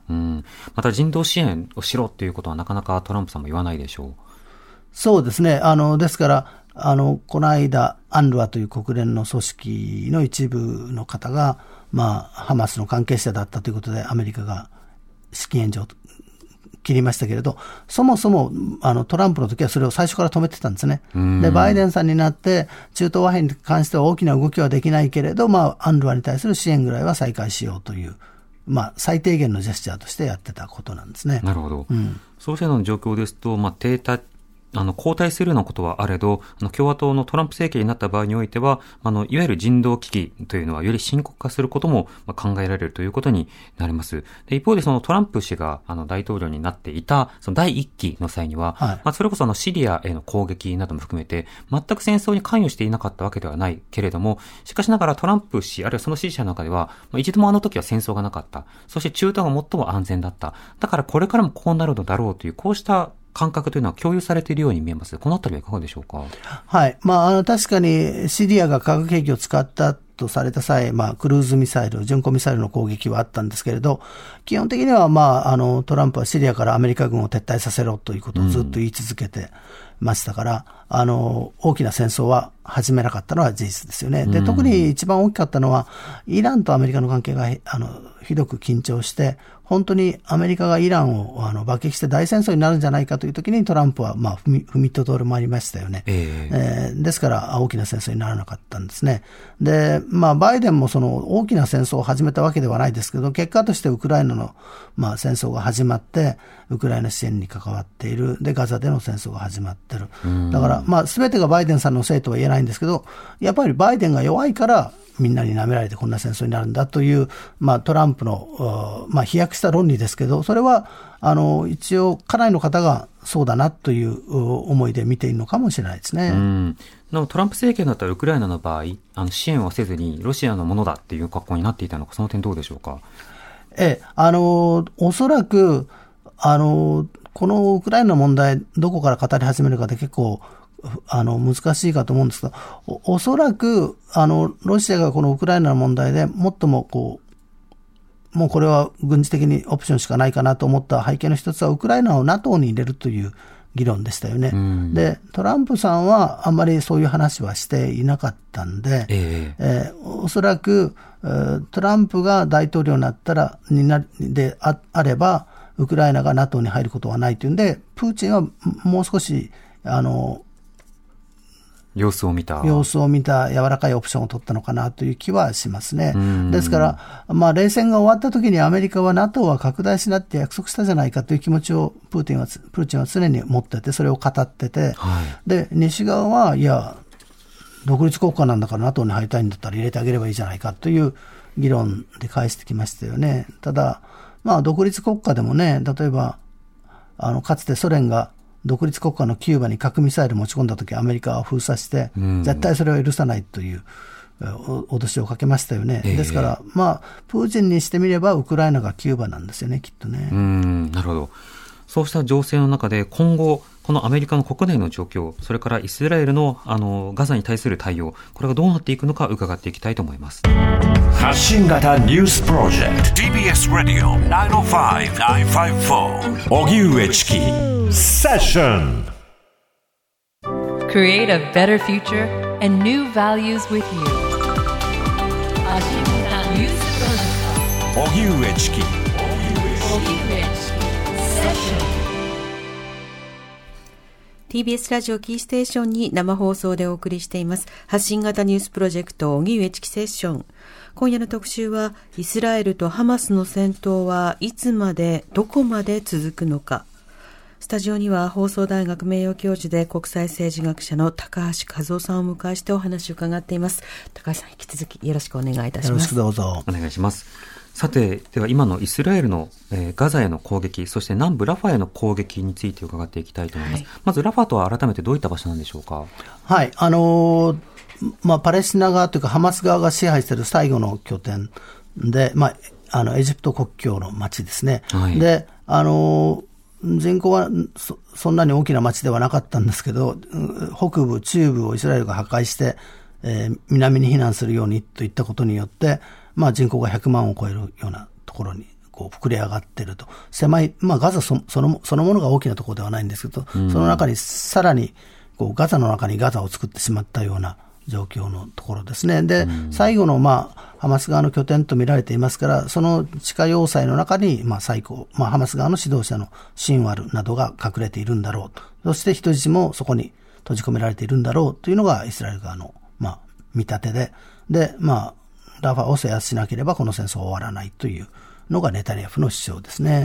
うん、また人道支援をしろっていうことはなかなかトランプさんも言わないでしょう。 そうですね。あの、ですから、あの、この間、アンルワという国連の組織の一部の方が、まあ、ハマスの関係者だったということで、アメリカが資金援助を切りましたけれど、そもそも、あの、トランプの時はそれを最初から止めてたんですね。で、バイデンさんになって、中東和平に関しては大きな動きはできないけれど、まあ、アンルワに対する支援ぐらいは再開しようという、まあ、最低限のジェスチャーとしてやってたことなんですね。 なるほど。 うん、 そうしたような状況ですと、まあ、停滞、あの、後退するようなことはあれど、あの、共和党のトランプ政権になった場合においては、あの、いわゆる人道危機というのはより深刻化することも考えられるということになります。で、一方でそのトランプ氏が、あの、大統領になっていた、その第一期の際には、はい、まあ、それこそあの、シリアへの攻撃なども含めて、全く戦争に関与していなかったわけではないけれども、しかしながらトランプ氏、あるいはその支持者の中では、まあ、一度もあの時は戦争がなかった。そして中東が最も安全だった。だからこれからもこうなるのだろうという、こうした感覚というのは共有されているように見えます。このあたりはいかがでしょうか。 はい。まあ、あの、確かにシリアが化学兵器を使ったとされた際、まあ、クルーズミサイル、巡航ミサイルの攻撃はあったんですけれど、基本的には、まあ、あの、トランプはシリアからアメリカ軍を撤退させろということをずっと言い続けてましたから、うん、あの、大きな戦争は始めなかったのは事実ですよね。で、特に一番大きかったのは、イランとアメリカの関係が、あの、ひどく緊張して、本当にアメリカがイランをあの爆撃して大戦争になるんじゃないかというときにトランプはまあ踏み、踏みとどまりましたよね。えーえー、ですから大きな戦争にならなかったんですね。で、まあバイデンもその大きな戦争を始めたわけではないですけど、結果としてウクライナのまあ戦争が始まって、ウクライナ支援に関わっている。で、ガザでの戦争が始まっている。だからまあ全てがバイデンさんのせいとは言えないんですけど、やっぱりバイデンが弱いから、みんなに舐められてこんな戦争になるんだという、まあ、トランプの、まあ、飛躍した論理ですけど、それはあの一応かなりの方がそうだなという思いで見ているのかもしれないですね。 うん、でもトランプ政権だったらウクライナの場合、あの支援はせずにロシアのものだっていう格好になっていたのか、その点どうでしょうか。 ええ、あのおそらくあのこのウクライナの問題どこから語り始めるかで結構あの難しいかと思うんですが、 お, おそらくあのロシアがこのウクライナの問題でもっともこうもうこれは軍事的にオプションしかないかなと思った背景の一つはウクライナを ナトー に入れるという議論でしたよね。でトランプさんはあんまりそういう話はしていなかったんで、えーえー、おそらくトランプが大統領になったらになで あ, あればウクライナが ナトー に入ることはないというんで、プーチンはもう少しあの様子を見た。 様子を見た柔らかいオプションを取ったのかなという気はしますね。ですから、まあ、冷戦が終わった時にアメリカは ナトー は拡大しなって約束したじゃないかという気持ちをプーチンは、プーチンは常に持ってて、それを語ってて、はい、で、西側は、いや、独立国家なんだから ナトー に入りたいんだったら入れてあげればいいじゃないかという議論で返してきましたよね。ただ、まあ、独立国家でもね、例えば、あの、かつてソ連が独立国家のキューバに核ミサイル持ち込んだとき、アメリカは封鎖して、絶対それを許さないという脅しをかけましたよね。ですから、まあ、プーチンにしてみれば、ウクライナがキューバなんですよね、きっとね。 うん、なるほど。そうした情勢の中で、今後、このアメリカの国内の状況、それからイスラエルの、あのガザに対する対応、これがどうなっていくのか伺っていきたいと思います。 発信型ニュースプロジェクト ティービーエス ラディオ きゅうまるご きゅうごよん荻上チキセッション Create a better future and new values with you 発信型ニュースプロジェクト荻上チキ荻上チキセッションティービーエス ラジオキーステーションに生放送でお送りしています発信型ニュースプロジェクト荻上チキセッション。今夜の特集はイスラエルとハマスの戦闘はいつまでどこまで続くのか。スタジオには放送大学名誉教授で国際政治学者の高橋和夫さんをお迎えしてお話を伺っています。高橋さん、引き続きよろしくお願いいたします。 よろしくどうぞお願いします。さて、では今のイスラエルの、えー、ガザへの攻撃、そして南部ラファへの攻撃について伺っていきたいと思います。はい、まずラファとは改めてどういった場所なんでしょうか。 はい、あのーまあ、パレスチナ側というかハマス側が支配している最後の拠点で、まあ、あのエジプト国境の町ですね。はい、で、あのー、人口は そ, そんなに大きな町ではなかったんですけど、北部中部をイスラエルが破壊して、えー、南に避難するようにといったことによって、まあ、人口がひゃくまんを超えるようなところにここう膨れ上がっていると。狭い、まあガザ そ, そ, のそのものが大きなところではないんですけど、うん、その中にさらにこうガザの中にガザを作ってしまったような状況のところですね。で、うん、最後のまあハマス側の拠点と見られていますから、その地下要塞の中にまあ最高、まあハマス側の指導者のシンワルなどが隠れているんだろうと。そして人質もそこに閉じ込められているんだろうというのがイスラエル側のまあ見立てで、で、まあラファを制圧しなければこの戦争は終わらないというのがネタニヤフの主張ですね。 うん、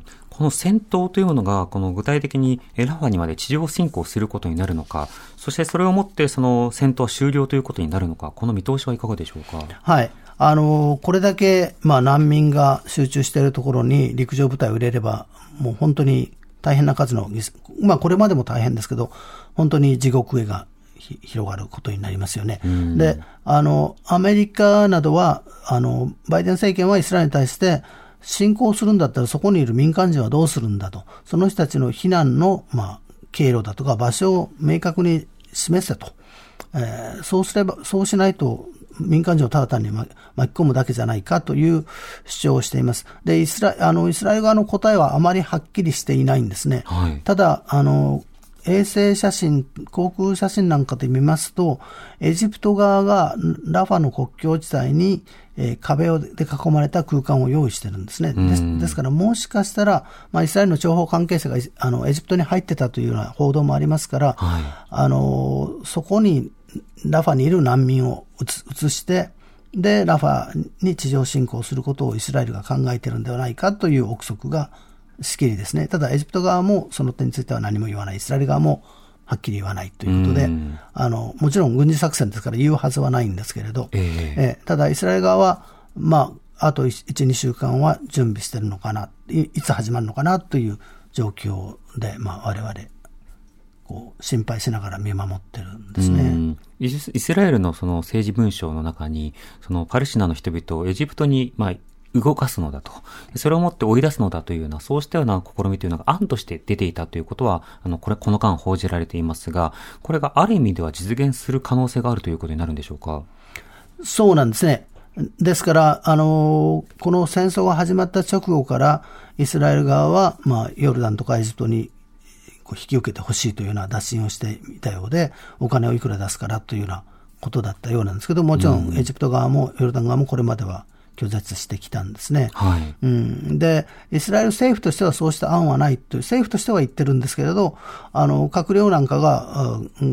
この戦闘というものがこの具体的にラファにまで地上侵攻することになるのか、そしてそれをもってその戦闘は終了ということになるのか、この見通しはいかがでしょうか。 はい、あのこれだけ、まあ、難民が集中しているところに陸上部隊を入れればもう本当に大変な数の、まあ、これまでも大変ですけど本当に地獄絵が広がることになりますよね。で、あのアメリカなどはあのバイデン政権はイスラエルに対して侵攻するんだったらそこにいる民間人はどうするんだと、その人たちの避難の、まあ、経路だとか場所を明確に示せと、えー、そうすればそうしないと民間人をただ単に巻き込むだけじゃないかという主張をしています。で、イスラ、あのイスラエル側の答えはあまりはっきりしていないんですね。はい、ただあの衛星写真、航空写真なんかで見ますと、エジプト側がラファの国境地帯に、えー、壁で囲まれた空間を用意してるんですね。です、ですからもしかしたら、まあ、イスラエルの諜報関係者があのエジプトに入ってたというような報道もありますから、はい、あのそこにラファにいる難民を移して、で、ラファに地上侵攻することをイスラエルが考えているんではないかという憶測がしきりですね。ただエジプト側もその点については何も言わない、イスラエル側もはっきり言わないということで、あのもちろん軍事作戦ですから言うはずはないんですけれど、えーえー、ただイスラエル側はまああと いち、にしゅうかんは準備しているのかな、 い, いつ始まるのかなという状況で、まあ、我々こう心配しながら見守ってるんですね。 イスラエルのその政治文書の中にそのパレスチナの人々をエジプトにまあ動かすのだと、それをもって追い出すのだというような、そうしたような試みというのが案として出ていたということは、あの、これ、この間報じられていますが、これがある意味では実現する可能性があるということになるんでしょうか。 そうなんですね。ですから、あの、この戦争が始まった直後から、イスラエル側は、まあ、ヨルダンとかエジプトにこう引き受けてほしいというような打診をしていたようで、お金をいくら出すからというようなことだったようなんですけど、もちろんエジプト側もヨルダン側もこれまでは拒絶してきたんですね。はい、うん、で、イスラエル政府としてはそうした案はないという、政府としては言ってるんですけれど、あの、閣僚なんかが、うん、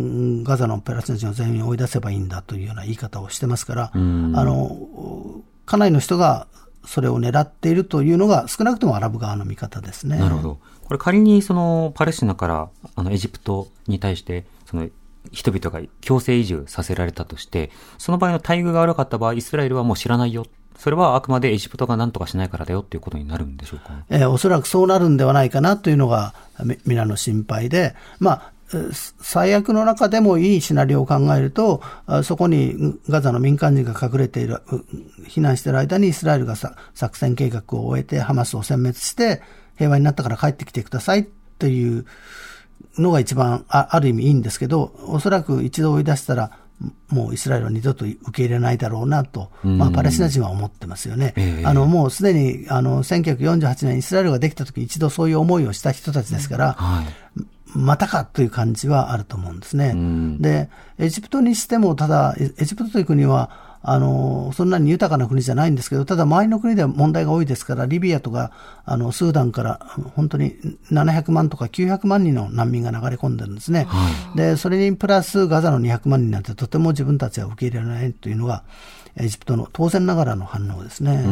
ガザのパレスチナ人を全員追い出せばいいんだというような言い方をしてますから、あの、かなりの人がそれを狙っているというのが少なくともアラブ側の見方ですね。 なるほど。これ仮にそのパレスチナからあのエジプトに対してその人々が強制移住させられたとして、その場合の待遇が悪かった場合、イスラエルはもう知らないよ。それはあくまでエジプトが何とかしないからだよということになるんでしょうか。 えー、おそらくそうなるんではないかなというのが皆の心配で、まあ、最悪の中でもいいシナリオを考えると、そこにガザの民間人が隠れている、避難している間にイスラエルが作戦計画を終えてハマスを殲滅して平和になったから帰ってきてくださいというのが一番 あ, ある意味いいんですけど、おそらく一度追い出したらもうイスラエルは二度と受け入れないだろうなと、まあ、パレスチナ人は思ってますよね。えー、あのもうすでにあのせんきゅうひゃくよんじゅうはちねんイスラエルができた時一度そういう思いをした人たちですから、はい、またかという感じはあると思うんですね。で、エジプトにしてもただエジプトという国はあのそんなに豊かな国じゃないんですけど、ただ周りの国では問題が多いですから、リビアとかあのスーダンから本当にななひゃくまんとかきゅうひゃくまんにんの難民が流れ込んでるんですね。はい、でそれにプラスガザのにひゃくまんにんなんてとても自分たちは受け入れられないというのがエジプトの当然ながらの反応ですね。 うん、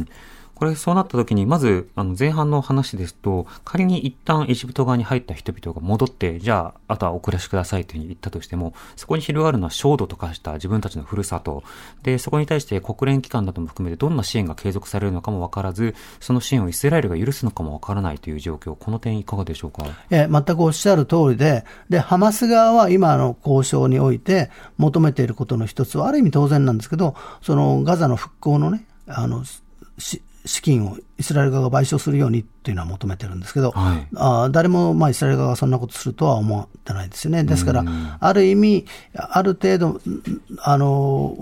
これそうなった時にまずあの前半の話ですと、仮に一旦エジプト側に入った人々が戻って、じゃああとはお暮らしくださいというふうに言ったとしても、そこに広がるのは焦土と化した自分たちのふるさとで、そこに対して国連機関なども含めてどんな支援が継続されるのかも分からず、その支援をイスラエルが許すのかも分からないという状況、この点いかがでしょうか。 え全くおっしゃる通りで、でハマス側は今の交渉において求めていることの一つはある意味当然なんですけど、そのガザの復興のね、あのし資金をイスラエル側が賠償するようにというのは求めてるんですけど、はい、あ誰もまあイスラエル側がそんなことするとは思ってないですよね。ですからある意味ある程度あの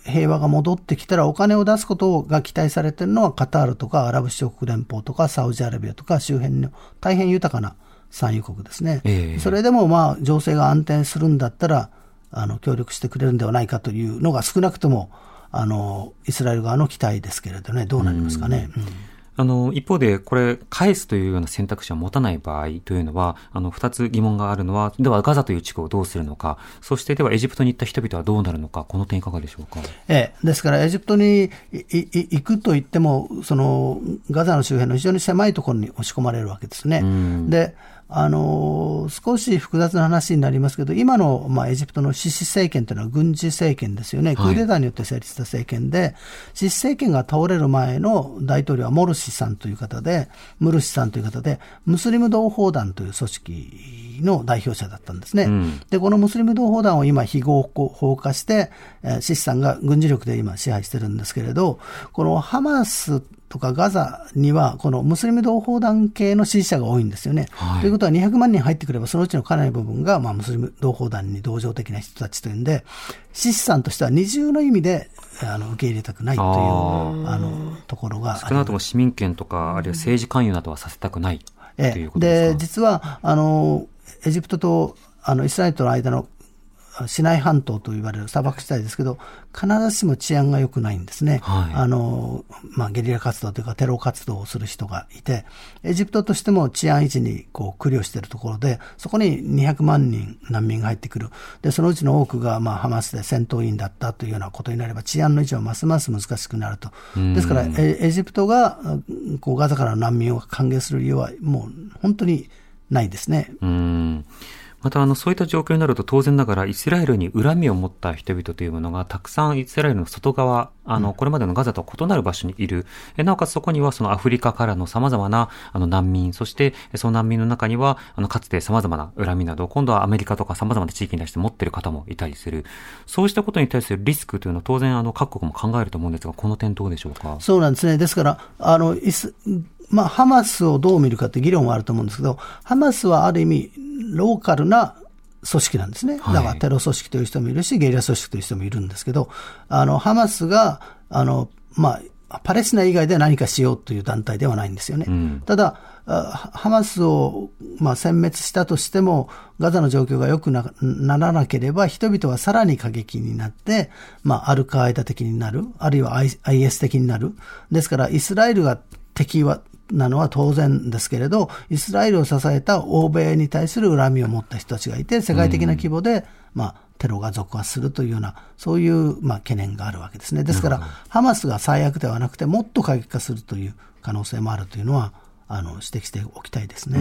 平和が戻ってきたらお金を出すことが期待されているのはカタールとかアラブ首長国連邦とかサウジアラビアとか周辺の大変豊かな産油国ですね。えー、それでもまあ情勢が安定するんだったらあの協力してくれるんではないかというのが少なくともあのイスラエル側の期待ですけれどね、どうなりますかね。うんうん、 あの一方でこれ返すというような選択肢を持たない場合というのはあの二つ疑問があるのは、ではガザという地区をどうするのか、そしてではエジプトに行った人々はどうなるのか、この点いかがでしょうか。 ええ、ですからエジプトに行くといってもそのガザの周辺の非常に狭いところに押し込まれるわけですね。であの少し複雑な話になりますけど、今の、まあ、エジプトのシシ政権というのは軍事政権ですよね。クーデターによって成立した政権で、はい、シシ政権が倒れる前の大統領はモルシさんという方で、ムルシさんという方で、ムスリム同胞団という組織の代表者だったんですね。うん、で、このムスリム同胞団を今非合法化して、えー、シシさんが軍事力で今支配してるんですけれど、このハマスとかガザにはこのムスリム同胞団系の支持者が多いんですよね。はい、ということはにひゃくまんにん入ってくればそのうちのかなりの部分がまあムスリム同胞団に同情的な人たちというんで、シシさんとしては二重の意味であの受け入れたくないというああのところがある。 少なくとも市民権とかあるいは政治関与などはさせたくないということですか。 で実はあのエジプトとあのイスラエルとの間のシナイ半島と言われる砂漠地帯ですけど、必ずしも治安が良くないんですね。はい、あの、まあ、ゲリラ活動というかテロ活動をする人がいて、エジプトとしても治安維持にこう苦慮しているところで、そこににひゃくまんにん難民が入ってくる。で、そのうちの多くがまあハマスで戦闘員だったというようなことになれば、治安の維持はますます難しくなると。ですから、エ, エジプトがこうガザからの難民を歓迎する理由はもう本当にないですね。 うーん、またあのそういった状況になると当然ながらイスラエルに恨みを持った人々というものがたくさんイスラエルの外側、あのこれまでのガザとは異なる場所にいる。えなおかつそこにはそのアフリカからの様々なあの難民、そしてその難民の中にはあのかつて様々な恨みなど今度はアメリカとか様々な地域に対して持っている方もいたりする。そうしたことに対するリスクというのは当然あの各国も考えると思うんですが、この点どうでしょうか。 そうなんですね。ですからあのイスまあハマスをどう見るかって議論はあると思うんですけど、ハマスはある意味ローカルな組織なんですね。だからテロ組織という人もいるし、ゲリラ組織という人もいるんですけど、あの、ハマスが、あの、まあ、パレスチナ以外で何かしようという団体ではないんですよね。うん、ただ、ハマスを、まあ、殲滅したとしても、ガザの状況が良く な, ならなければ、人々はさらに過激になって、まあ、アルカーイダ的になる、あるいは アイエス 的になる。ですから、イスラエルが敵は、なのは当然ですけれど、イスラエルを支えた欧米に対する恨みを持った人たちがいて、世界的な規模で、うん、まあ、テロが続発するというような、そういう、まあ、懸念があるわけですね。ですから、ハマスが最悪ではなくて、もっと過激化するという可能性もあるというのは、あの指摘しておきたいですね。 うん、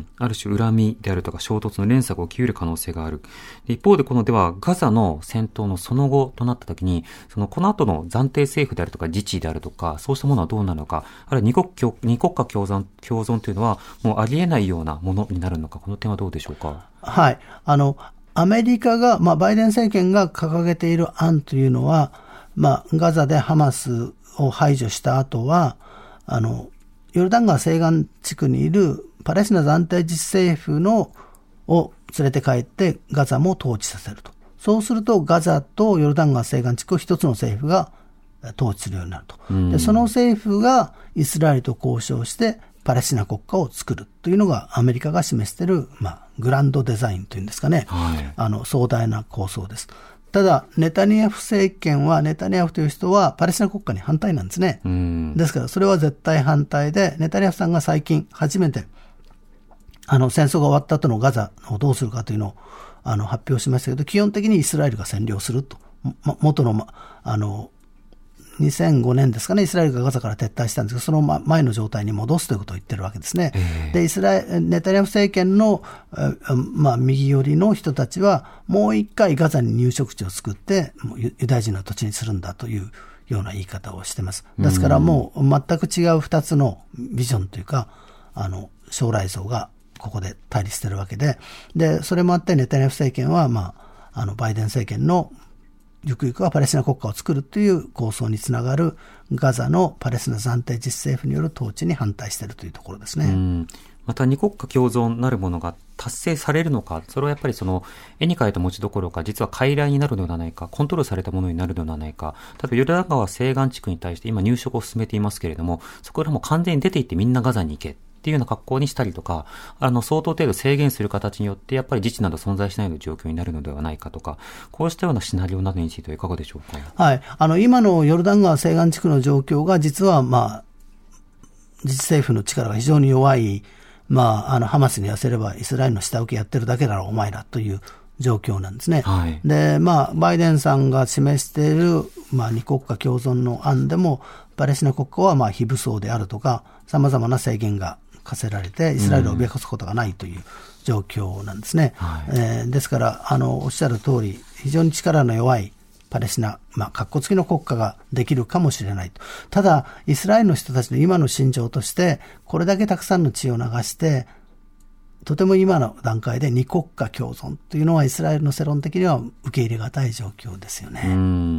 ある種恨みであるとか衝突の連鎖が起きうる可能性がある。一方でこのではガザの戦闘のその後となったときに、そのこの後の暫定政府であるとか自治であるとかそうしたものはどうなるのか、あるいは二国共二国家共存共存というのはもうありえないようなものになるのか、この点はどうでしょうか。 はい、あのアメリカが、まあ、バイデン政権が掲げている案というのは、まあ、ガザでハマスを排除した後はあのヨルダン川西岸地区にいるパレスチナ暫定自治政府のを連れて帰ってガザも統治させると。そうするとガザとヨルダン川西岸地区を一つの政府が統治するようになると。で、その政府がイスラエルと交渉してパレスチナ国家を作るというのがアメリカが示している、まあ、グランドデザインというんですかね、はい、あの壮大な構想です。ただネタニヤフ政権は、ネタニヤフという人はパレスチナ国家に反対なんですね。うん、ですからそれは絶対反対で、ネタニヤフさんが最近初めてあの戦争が終わった後のガザをどうするかというのをあの発表しましたけど、基本的にイスラエルが占領すると、ま、元の、あのにせんごねんですかね、イスラエルがガザから撤退したんですけど、その前の状態に戻すということを言ってるわけですね。えー、で、イスラエル、ネタニヤフ政権の、まあ、右寄りの人たちは、もう一回ガザに入植地を作って、ユダヤ人の土地にするんだというような言い方をしてます。ですからもう全く違う二つのビジョンというか、あの、将来像がここで対立してるわけで、で、それもあってネタニヤフ政権は、まあ、あの、バイデン政権のゆくゆくはパレスチナ国家を作るという構想につながるガザのパレスチナ暫定自治政府による統治に反対しているというところですね。 うん、また二国家共存なるものがあっ達成されるのか、それはやっぱりその絵に描いた文字どころか、実は傀儡になるのではないか、コントロールされたものになるのではないか。例えばヨルダン川西岸地区に対して今入植を進めていますけれども、そこからもう完全に出ていってみんなガザに行けっていうような格好にしたりとか、あの相当程度制限する形によってやっぱり自治など存在しないような状況になるのではないかとか、こうしたようなシナリオなどについてはいかがでしょうか。 はい、あの今のヨルダン川西岸地区の状況が実はまあ自治政府の力が非常に弱い、まあ、あのハマスに言わせればイスラエルの下請けやってるだけだろお前らという状況なんですね。 はい、で、 まあ、バイデンさんが示している、まあ、二国家共存の案でもパレスチナ国家はまあ非武装であるとか様々な制限が課せられてイスラエルを脅かすことがないという状況なんですね。はい、えー、ですからあのおっしゃる通り非常に力の弱いパレスチナ、まあ、格好付きの国家ができるかもしれないと。ただイスラエルの人たちの今の心情としてこれだけたくさんの血を流してとても今の段階で二国家共存というのはイスラエルの世論的には受け入れがたい状況ですよね。 うん、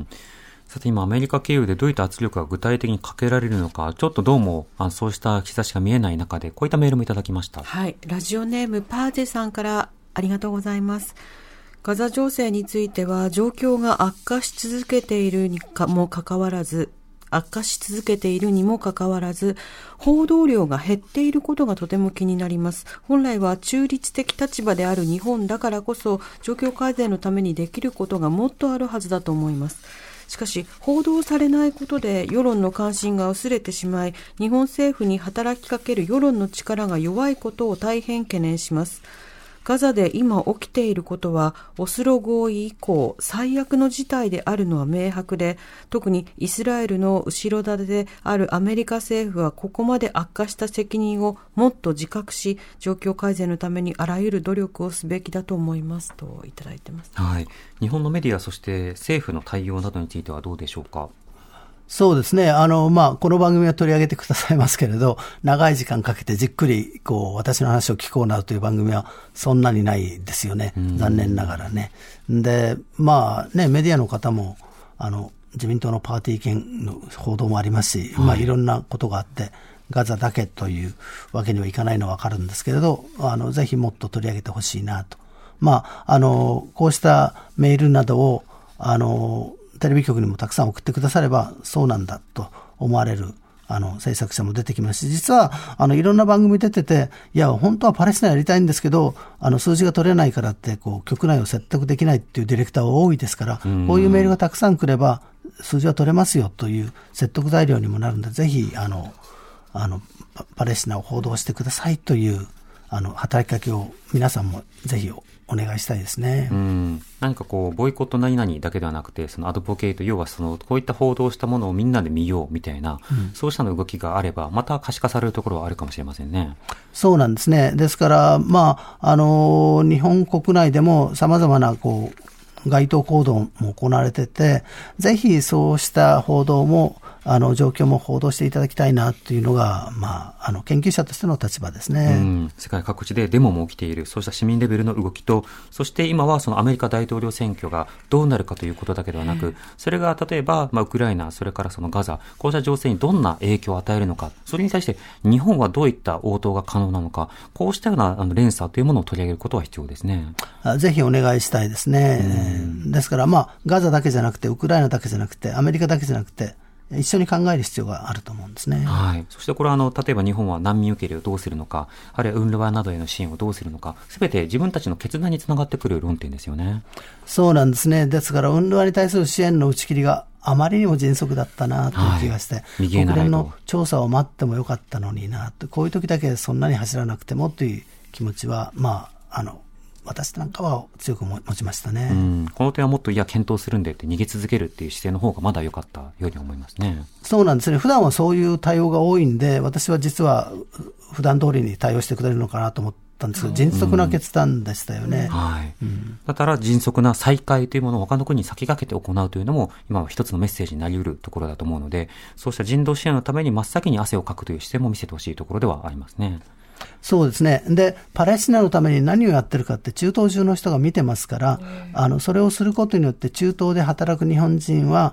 さて今アメリカ経由でどういった圧力が具体的にかけられるのか、ちょっとどうもあそうした兆しが見えない中でこういったメールもいただきました。 はい、ラジオネームパージェさんからありがとうございます。ガザ情勢については状況が悪化し続けているにかもかかわらず悪化し続けているにもかかわらず報道量が減っていることがとても気になります。本来は中立的立場である日本だからこそ状況改善のためにできることがもっとあるはずだと思います。しかし報道されないことで世論の関心が薄れてしまい、日本政府に働きかける世論の力が弱いことを大変懸念します。ガザで今起きていることはオスロ合意以降最悪の事態であるのは明白で、特にイスラエルの後ろ盾であるアメリカ政府はここまで悪化した責任をもっと自覚し、状況改善のためにあらゆる努力をすべきだと思いますといただいています。 はい、日本のメディアそして政府の対応などについてはどうでしょうか。 そうですね。あの、まあ、この番組は取り上げてくださいますけれど、長い時間かけてじっくり、こう、私の話を聞こうなどという番組はそんなにないですよね。残念ながらね。で、まあね、メディアの方も、あの、自民党のパーティー券の報道もありますし、はい、まあ、いろんなことがあって、ガザだけというわけにはいかないのはわかるんですけれど、あの、ぜひもっと取り上げてほしいなと。まあ、あの、こうしたメールなどを、あの、テレビ局にもたくさん送ってくださればそうなんだと思われるあの制作者も出てきますし、実はあのいろんな番組出てて、いや本当はパレスチナやりたいんですけどあの数字が取れないからってこう局内を説得できないっていうディレクターは多いですから、こういうメールがたくさん来れば数字は取れますよという説得材料にもなるので、ぜひあのあのパレスチナを報道してくださいというあの働きかけを皆さんもぜひお願いしたいですね。 うん、何かこうボイコット何々だけではなくて、そのアドボケイト、要はそのこういった報道したものをみんなで見ようみたいな、うん、そうしたの動きがあればまた可視化されるところはあるかもしれませんね。 そうなんですね。ですからまああの日本国内でも様々なこう街頭行動も行われてて、ぜひそうした報道もあの状況も報道していただきたいなというのが、まあ、あの研究者としての立場ですね。 うん、世界各地でデモも起きている、そうした市民レベルの動きと、そして今はそのアメリカ大統領選挙がどうなるかということだけではなく、それが例えば、まあ、ウクライナ、それからそのガザ、こうした情勢にどんな影響を与えるのか、それに対して日本はどういった応答が可能なのか、こうしたようなあの連鎖というものを取り上げることは必要ですね。 ぜひお願いしたいですね。ですから、まあ、ガザだけじゃなくてウクライナだけじゃなくてアメリカだけじゃなくて一緒に考える必要があると思うんですね。 はい。そしてこれはあの例えば日本は難民受け入れをどうするのか、あるいはウンルワなどへの支援をどうするのか、すべて自分たちの決断につながってくる論点ですよね。 そうなんですね。ですからウンルワに対する支援の打ち切りがあまりにも迅速だったなという気がして、はい、国連の調査を待ってもよかったのになと、こういう時だけそんなに走らなくてもという気持ちは、まああの私なんかは強く持ちましたね。 うん、この点はもっといや検討するんでって逃げ続けるっていう姿勢の方がまだ良かったように思いますね。 そうなんですね。普段はそういう対応が多いんで、私は実は普段通りに対応してくれるのかなと思ったんですけど、迅速な決断でしたよね。うん、 はい。うん、だから迅速な再開というものを他の国に先駆けて行うというのも今は一つのメッセージになり得るところだと思うので、そうした人道支援のために真っ先に汗をかくという姿勢も見せてほしいところではありますね。 そうですね。で、パレスチナのために何をやってるかって中東中の人が見てますから、あのそれをすることによって中東で働く日本人は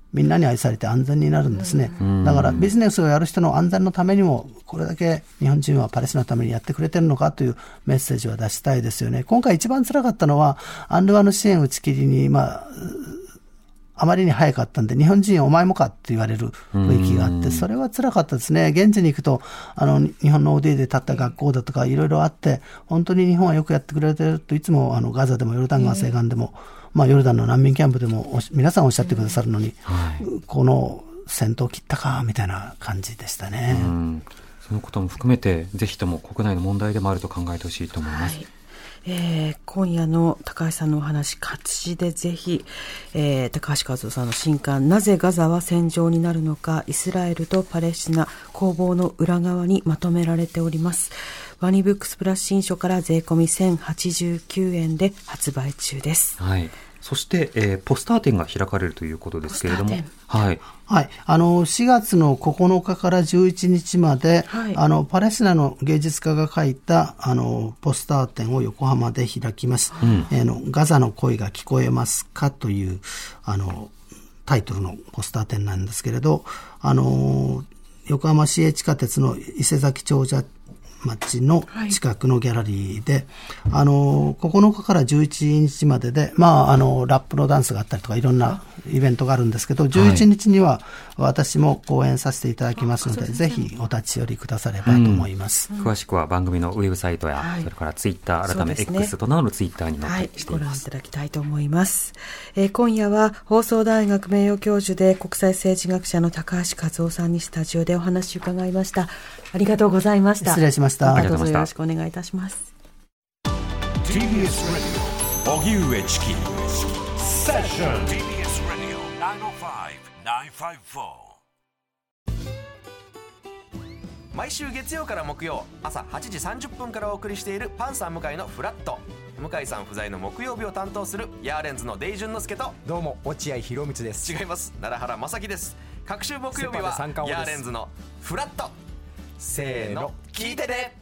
みんなに愛されて安全になるんですね。だからビジネスをやる人の安全のためにもこれだけ日本人はパレスチナのためにやってくれてるのかというメッセージは出したいですよね。今回一番辛かったのはアンルワの支援打ち切りに、まあ、あまりに早かったんで日本人お前もかって言われる雰囲気があってそれは辛かったですね。現地に行くとあの日本の オーディー で建った学校だとかいろいろあって本当に日本はよくやってくれてるといつもあのガザでもヨルダン川西岸でも、まあ、ヨルダンの難民キャンプでも皆さんおっしゃってくださるのに、はい、この戦闘切ったかみたいな感じでしたね。 うんそのことも含めてぜひとも国内の問題でもあると考えてほしいと思います。はいえー、今夜の高橋さんのお話活字でぜひ、えー、高橋和夫さんの新刊なぜガザは戦場になるのかイスラエルとパレスチナ攻防の裏側にまとめられております。ワニブックスプラス新書から税込みせんはちじゅうきゅうえんで発売中です。 はいそして、えー、ポスター展が開かれるということですけれども、はいはい、あのしがつのここのかからじゅういちにちまで、はい、あのパレスチナの芸術家が描いたあのポスター展を横浜で開きます、うんえー、のガザの声が聞こえますかというあのタイトルのポスター展なんですけれど、あの横浜市営地下鉄の伊勢崎長者町の近くのギャラリーで、はい、あのここのかからじゅういちにちまでで、まあ、あのラップのダンスがあったりとかいろんなイベントがあるんですけど、じゅういちにちには私も講演させていただきますので、はい、ぜひお立ち寄りくださればと思います、 うん、詳しくは番組のウェブサイトや、はい、それからツイッター改め X となどのツイッターに載ってしています、はい、ご覧いただきたいと思います、えー、今夜は放送大学名誉教授で国際政治学者の高橋和夫さんにスタジオでお話を伺いました。ありがとうございました。 失礼しました。 どうぞよろしくお願いいたします。 ティービーエス ラジオ荻上チキセッション ティービーエス ラジオ きゅうまるご きゅうごよん。 毎週月曜から木曜朝はちじさんじゅっぷんからお送りしているパンサー向井のフラット。向井さん不在の木曜日を担当するヤーレンズのデイジュンの之介と、 どうも落合博満です。 違います、奈良原正樹です。各週木曜日はヤーレンズのフラット。せーの聞いてね。